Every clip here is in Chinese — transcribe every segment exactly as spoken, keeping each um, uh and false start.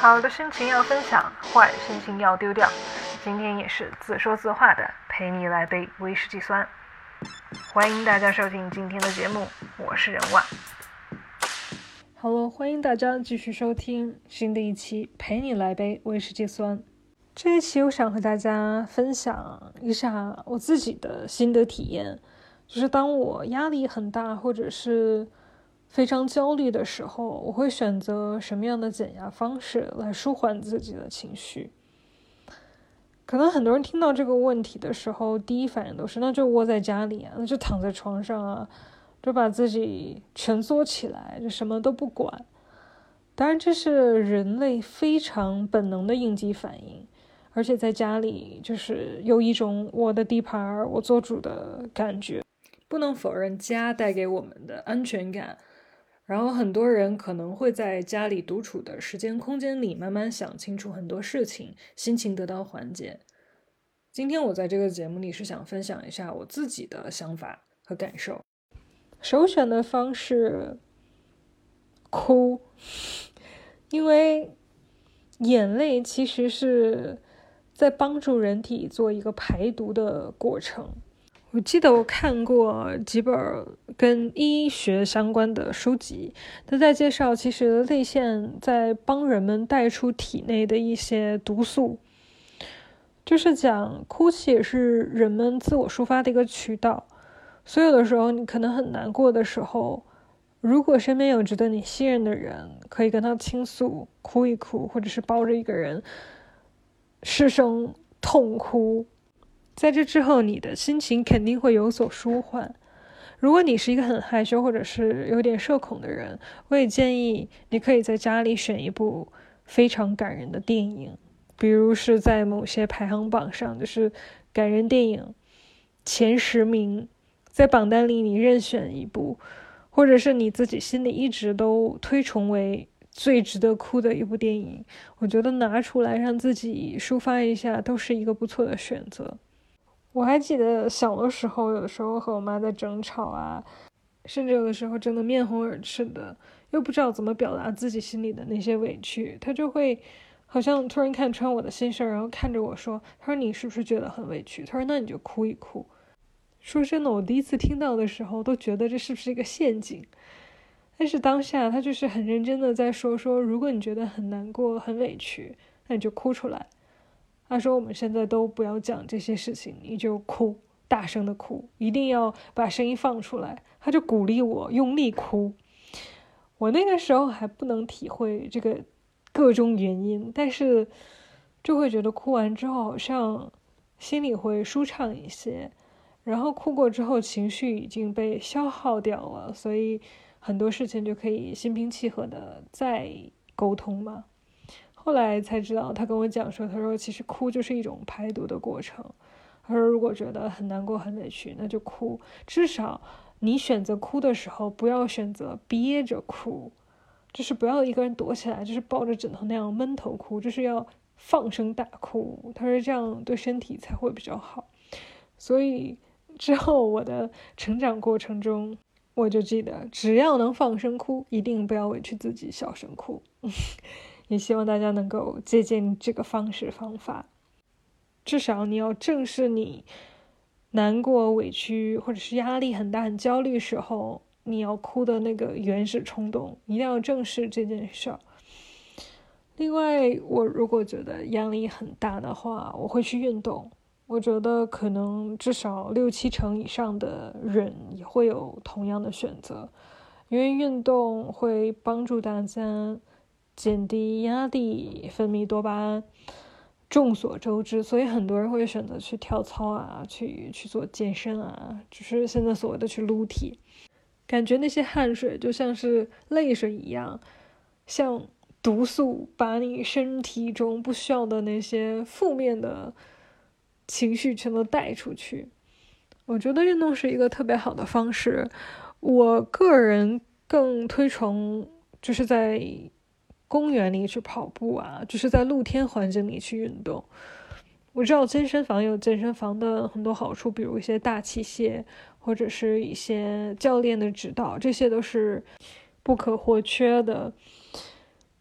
好的心情要分享，坏心情要丢掉。今天也是自说自话的陪你来杯威士忌酸。欢迎大家收听今天的节目，我是任万。Hello， 欢迎大家继续收听新的一期陪你来杯威士忌酸。这一期我想和大家分享一下我自己的心得体验，就是当我压力很大或者是非常焦虑的时候，我会选择什么样的减压方式来舒缓自己的情绪。可能很多人听到这个问题的时候，第一反应都是那就窝在家里啊，那就躺在床上啊，就把自己蜷缩起来，就什么都不管。当然这是人类非常本能的应激反应，而且在家里就是有一种我的地盘我做主的感觉。不能否认家带给我们的安全感，然后很多人可能会在家里独处的时间空间里慢慢想清楚很多事情，心情得到缓解。今天我在这个节目里是想分享一下我自己的想法和感受。首选的方式，哭，因为眼泪其实是在帮助人体做一个排毒的过程。我记得我看过几本跟医学相关的书籍，它在介绍其实泪腺在帮人们带出体内的一些毒素，就是讲哭泣也是人们自我抒发的一个渠道。所有的时候你可能很难过的时候，如果身边有值得你信任的人，可以跟他倾诉，哭一哭，或者是抱着一个人失声痛哭，在这之后你的心情肯定会有所舒缓。如果你是一个很害羞或者是有点社恐的人，我也建议你可以在家里选一部非常感人的电影，比如是在某些排行榜上就是感人电影前十名，在榜单里你任选一部，或者是你自己心里一直都推崇为最值得哭的一部电影，我觉得拿出来让自己抒发一下都是一个不错的选择。我还记得小的时候，有的时候和我妈在争吵啊，甚至有的时候真的面红耳赤的，又不知道怎么表达自己心里的那些委屈，她就会好像突然看穿我的心事，然后看着我说，她说你是不是觉得很委屈？她说那你就哭一哭。说真的，我第一次听到的时候都觉得这是不是一个陷阱，但是当下她就是很认真的在说说，如果你觉得很难过很委屈，那你就哭出来。他说我们现在都不要讲这些事情，你就哭，大声的哭，一定要把声音放出来。他就鼓励我用力哭。我那个时候还不能体会这个各种原因，但是就会觉得哭完之后好像心里会舒畅一些，然后哭过之后情绪已经被消耗掉了，所以很多事情就可以心平气和的再沟通嘛。后来才知道，他跟我讲说，他说其实哭就是一种排毒的过程。他说如果觉得很难过很委屈，那就哭，至少你选择哭的时候不要选择憋着哭，就是不要一个人躲起来，就是抱着枕头那样闷头哭，就是要放声大哭。他说这样对身体才会比较好。所以之后我的成长过程中，我就记得只要能放声哭，一定不要委屈自己小声哭。也希望大家能够借鉴这个方式方法，至少你要正视你难过委屈或者是压力很大很焦虑时候你要哭的那个原始冲动，一定要正视这件事儿。另外，我如果觉得压力很大的话，我会去运动。我觉得可能至少六七成以上的人也会有同样的选择，因为运动会帮助大家减低压力，分泌多巴胺，众所周知，所以很多人会选择去跳操啊，去去做健身啊，就是现在所谓的去撸体。感觉那些汗水就像是泪水一样，像毒素，把你身体中不需要的那些负面的情绪全都带出去。我觉得运动是一个特别好的方式，我个人更推崇就是在公园里去跑步啊，就是在露天环境里去运动。我知道健身房有健身房的很多好处，比如一些大器械，或者是一些教练的指导，这些都是不可或缺的。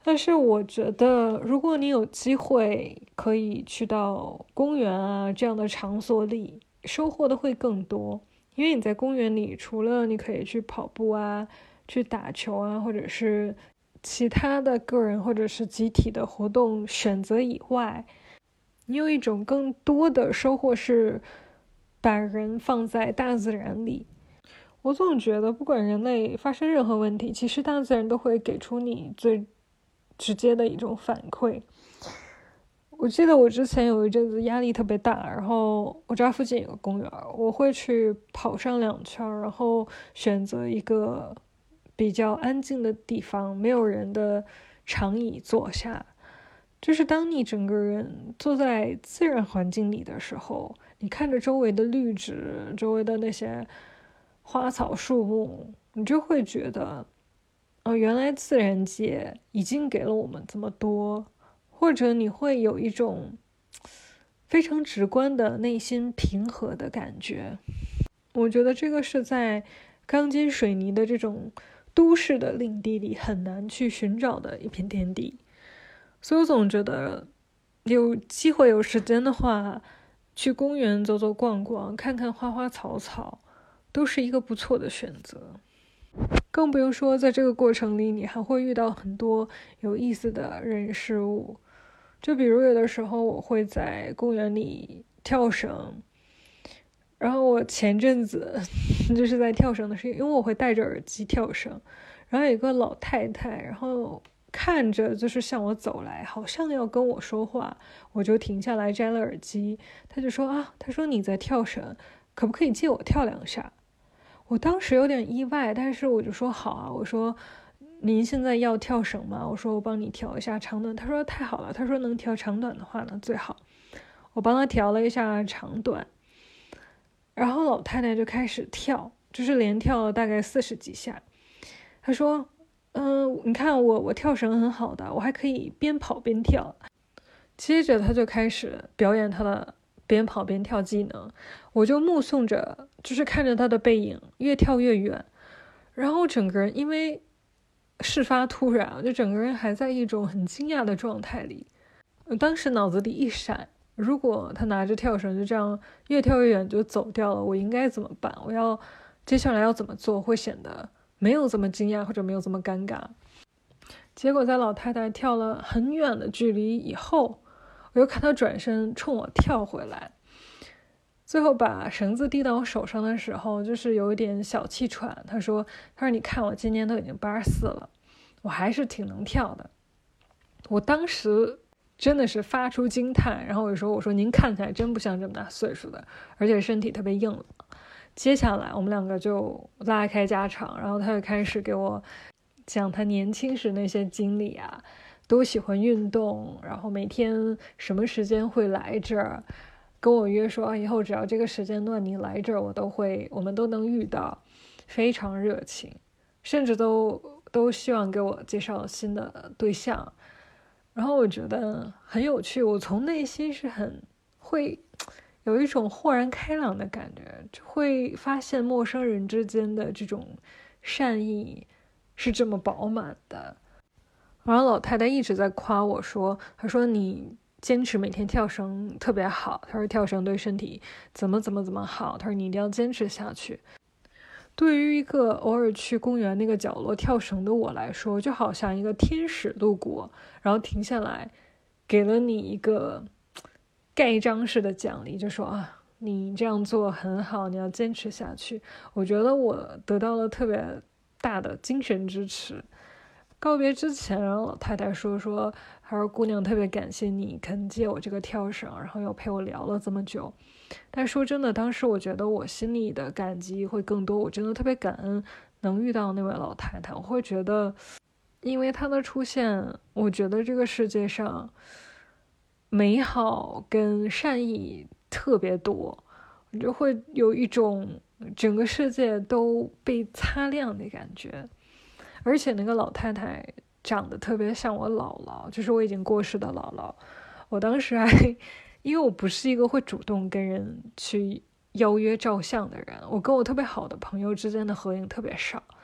但是我觉得如果你有机会可以去到公园啊这样的场所里，收获的会更多。因为你在公园里，除了你可以去跑步啊，去打球啊，或者是其他的个人或者是集体的活动选择以外，你有一种更多的收获是把人放在大自然里。我总觉得不管人类发生任何问题，其实大自然都会给出你最直接的一种反馈。我记得我之前有一阵子压力特别大，然后我家附近有个公园，我会去跑上两圈，然后选择一个比较安静的地方，没有人的长椅坐下。就是当你整个人坐在自然环境里的时候，你看着周围的绿植，周围的那些花草树木，你就会觉得哦，原来自然界已经给了我们这么多，或者你会有一种非常直观的内心平和的感觉。我觉得这个是在钢筋水泥的这种都市的领地里很难去寻找的一片天地。所以我总觉得有机会有时间的话，去公园走走逛逛，看看花花草草，都是一个不错的选择。更不用说在这个过程里，你还会遇到很多有意思的人事物。就比如有的时候我会在公园里跳绳，然后我前阵子就是在跳绳的时候，因为我会戴着耳机跳绳，然后有一个老太太，然后看着就是向我走来，好像要跟我说话，我就停下来摘了耳机。他就说啊，他说你在跳绳，可不可以借我跳两下？我当时有点意外，但是我就说好啊，我说您现在要跳绳吗？我说我帮你调一下长短。他说太好了，他说能调长短的话呢最好。我帮他调了一下长短，然后老太太就开始跳，就是连跳了大概四十几下。他说嗯、呃，你看我我跳绳很好的，我还可以边跑边跳。接着他就开始表演他的边跑边跳技能，我就目送着，就是看着他的背影越跳越远，然后整个人因为事发突然，我就整个人还在一种很惊讶的状态里。我当时脑子里一闪，如果他拿着跳绳就这样越跳越远就走掉了，我应该怎么办？我要接下来要怎么做会显得没有这么惊讶或者没有这么尴尬？结果在老太太跳了很远的距离以后，我又看她转身冲我跳回来，最后把绳子递到我手上的时候，就是有一点小气喘。他说：“他说你看我今年都已经八十四了，我还是挺能跳的。”我当时真的是发出惊叹，然后我说：“我说您看起来真不像这么大岁数的，而且身体特别硬朗。”接下来我们两个就拉开家常，然后他就开始给我讲他年轻时那些经历啊，都喜欢运动，然后每天什么时间会来这儿，跟我约说啊，以后只要这个时间段你来这儿，我都会，我们都能遇到，非常热情，甚至都都希望给我介绍新的对象。然后我觉得很有趣，我从内心是很会有一种豁然开朗的感觉，就会发现陌生人之间的这种善意是这么饱满的。然后老太太一直在夸我说，她说你坚持每天跳绳特别好，她说跳绳对身体怎么怎么怎么好，她说你一定要坚持下去。对于一个偶尔去公园那个角落跳绳的我来说，就好像一个天使路过，然后停下来给了你一个盖章式的奖励，就说啊，你这样做很好，你要坚持下去。我觉得我得到了特别大的精神支持。告别之前，然后老太太说说，她说姑娘特别感谢你肯借我这个跳绳，然后又陪我聊了这么久。但说真的，当时我觉得我心里的感激会更多，我真的特别感恩能遇到那位老太太。我会觉得，因为她的出现，我觉得这个世界上美好跟善意特别多，我就会有一种整个世界都被擦亮的感觉。而且那个老太太长得特别像我姥姥，就是我已经过世的姥姥。我当时还因为我不是一个会主动跟人去邀约照相的人，我跟我特别好的朋友之间的合影特别少，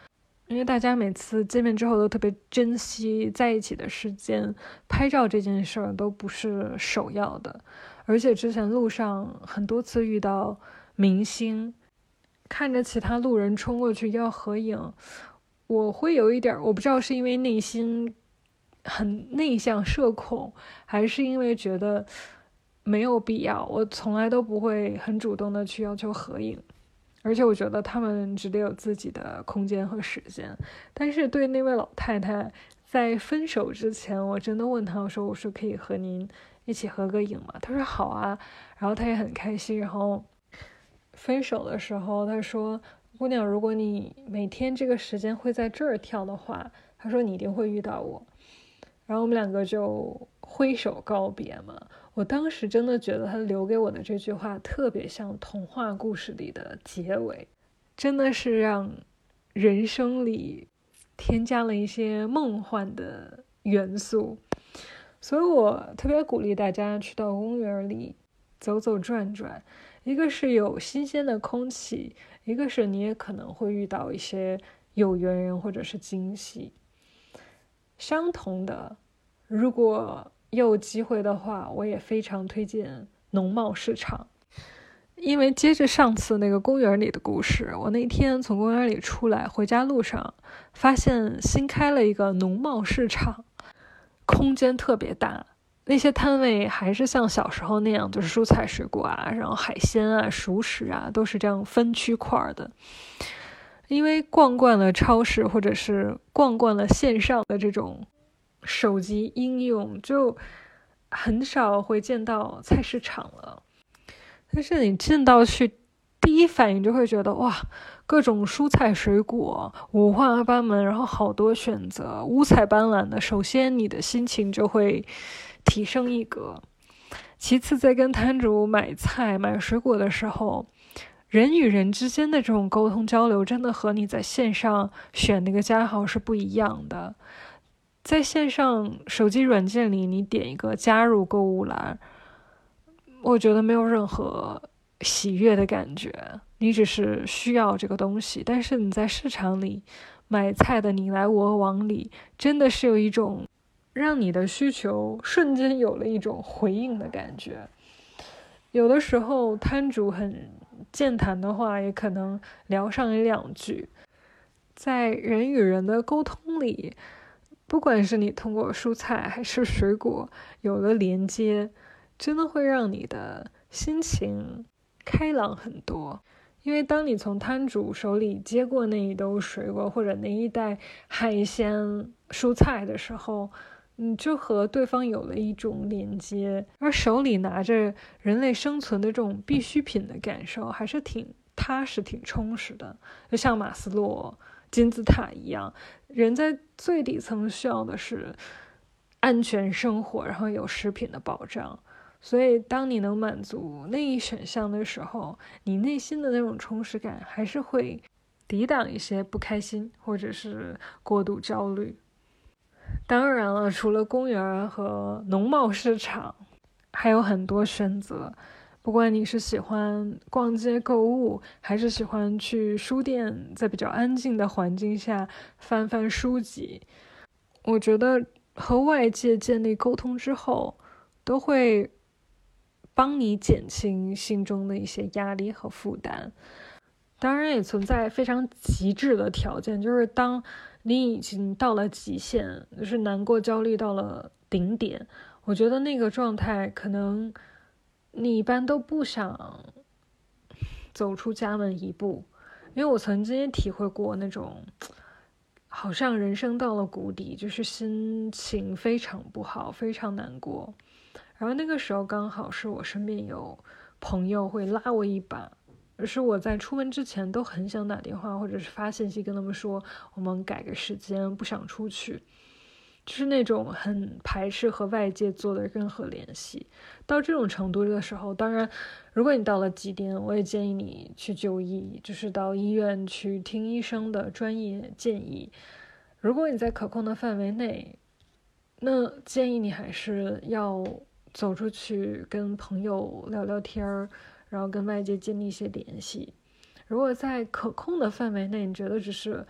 因为大家每次见面之后都特别珍惜在一起的时间，拍照这件事儿都不是首要的。而且之前路上很多次遇到明星，看着其他路人冲过去要合影，我会有一点，我不知道是因为内心很内向社恐，还是因为觉得没有必要，我从来都不会很主动的去要求合影。而且我觉得他们值得有自己的空间和时间。但是对那位老太太，在分手之前，我真的问她，我说我说可以和您一起合个影吗？她说好啊，然后她也很开心。然后分手的时候她说，姑娘，如果你每天这个时间会在这儿跳的话，她说你一定会遇到我。然后我们两个就挥手告别嘛。我当时真的觉得他留给我的这句话特别像童话故事里的结尾，真的是让人生里添加了一些梦幻的元素。所以我特别鼓励大家去到公园里走走转转，一个是有新鲜的空气，一个是你也可能会遇到一些有缘人或者是惊喜。相同的，如果有机会的话，我也非常推荐农贸市场。因为接着上次那个公园里的故事，我那天从公园里出来，回家路上发现新开了一个农贸市场，空间特别大，那些摊位还是像小时候那样，就是蔬菜水果啊，然后海鲜啊、熟食啊，都是这样分区块的。因为逛惯了超市，或者是逛惯了线上的这种手机应用，就很少会见到菜市场了。但是你进到去，第一反应就会觉得哇，各种蔬菜水果五花八门，然后好多选择，五彩斑斓的。首先你的心情就会提升一格。其次，在跟摊主买菜买水果的时候，人与人之间的这种沟通交流真的和你在线上选那个加号是不一样的。在线上手机软件里，你点一个加入购物栏，我觉得没有任何喜悦的感觉，你只是需要这个东西。但是你在市场里买菜的你来我往里，真的是有一种让你的需求瞬间有了一种回应的感觉。有的时候摊主很健谈的话，也可能聊上一两句。在人与人的沟通里，不管是你通过蔬菜还是水果有了连接，真的会让你的心情开朗很多。因为当你从摊主手里接过那一兜水果或者那一袋海鲜蔬菜的时候，你就和对方有了一种连接，而手里拿着人类生存的这种必需品的感受还是挺踏实挺充实的。就像马斯洛金字塔一样，人在最底层需要的是安全生活，然后有食品的保障。所以当你能满足那一选项的时候，你内心的那种充实感还是会抵挡一些不开心或者是过度焦虑。当然了，除了公园和农贸市场，还有很多选择。不管你是喜欢逛街购物，还是喜欢去书店，在比较安静的环境下翻翻书籍，我觉得和外界建立沟通之后，都会帮你减轻心中的一些压力和负担。当然也存在非常极致的条件，就是当你已经到了极限，就是难过焦虑到了顶点，我觉得那个状态可能你一般都不想走出家门一步。因为我曾经也体会过那种好像人生到了谷底，就是心情非常不好，非常难过。然后那个时候刚好是我身边有朋友会拉我一把，是我在出门之前都很想打电话或者是发信息跟他们说我们改个时间，不想出去，就是那种很排斥和外界做的任何联系。到这种程度的时候，当然如果你到了极点，我也建议你去就医，就是到医院去听医生的专业建议。如果你在可控的范围内，那建议你还是要走出去跟朋友聊聊天，然后跟外界建立一些联系。如果在可控的范围内，你觉得只是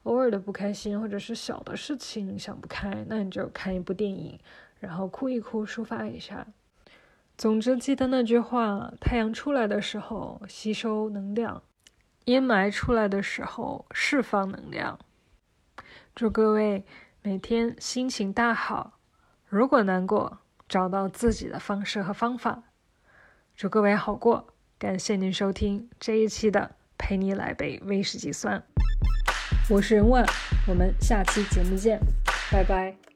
偶尔的不开心或者是小的事情想不开，那你就看一部电影，然后哭一哭，抒发一下。总之记得那句话，太阳出来的时候吸收能量，阴霾出来的时候释放能量。祝各位每天心情大好，如果难过，找到自己的方式和方法。祝各位好过，感谢您收听这一期的陪你来杯威士忌酸。我是任万，我们下期节目见，拜拜。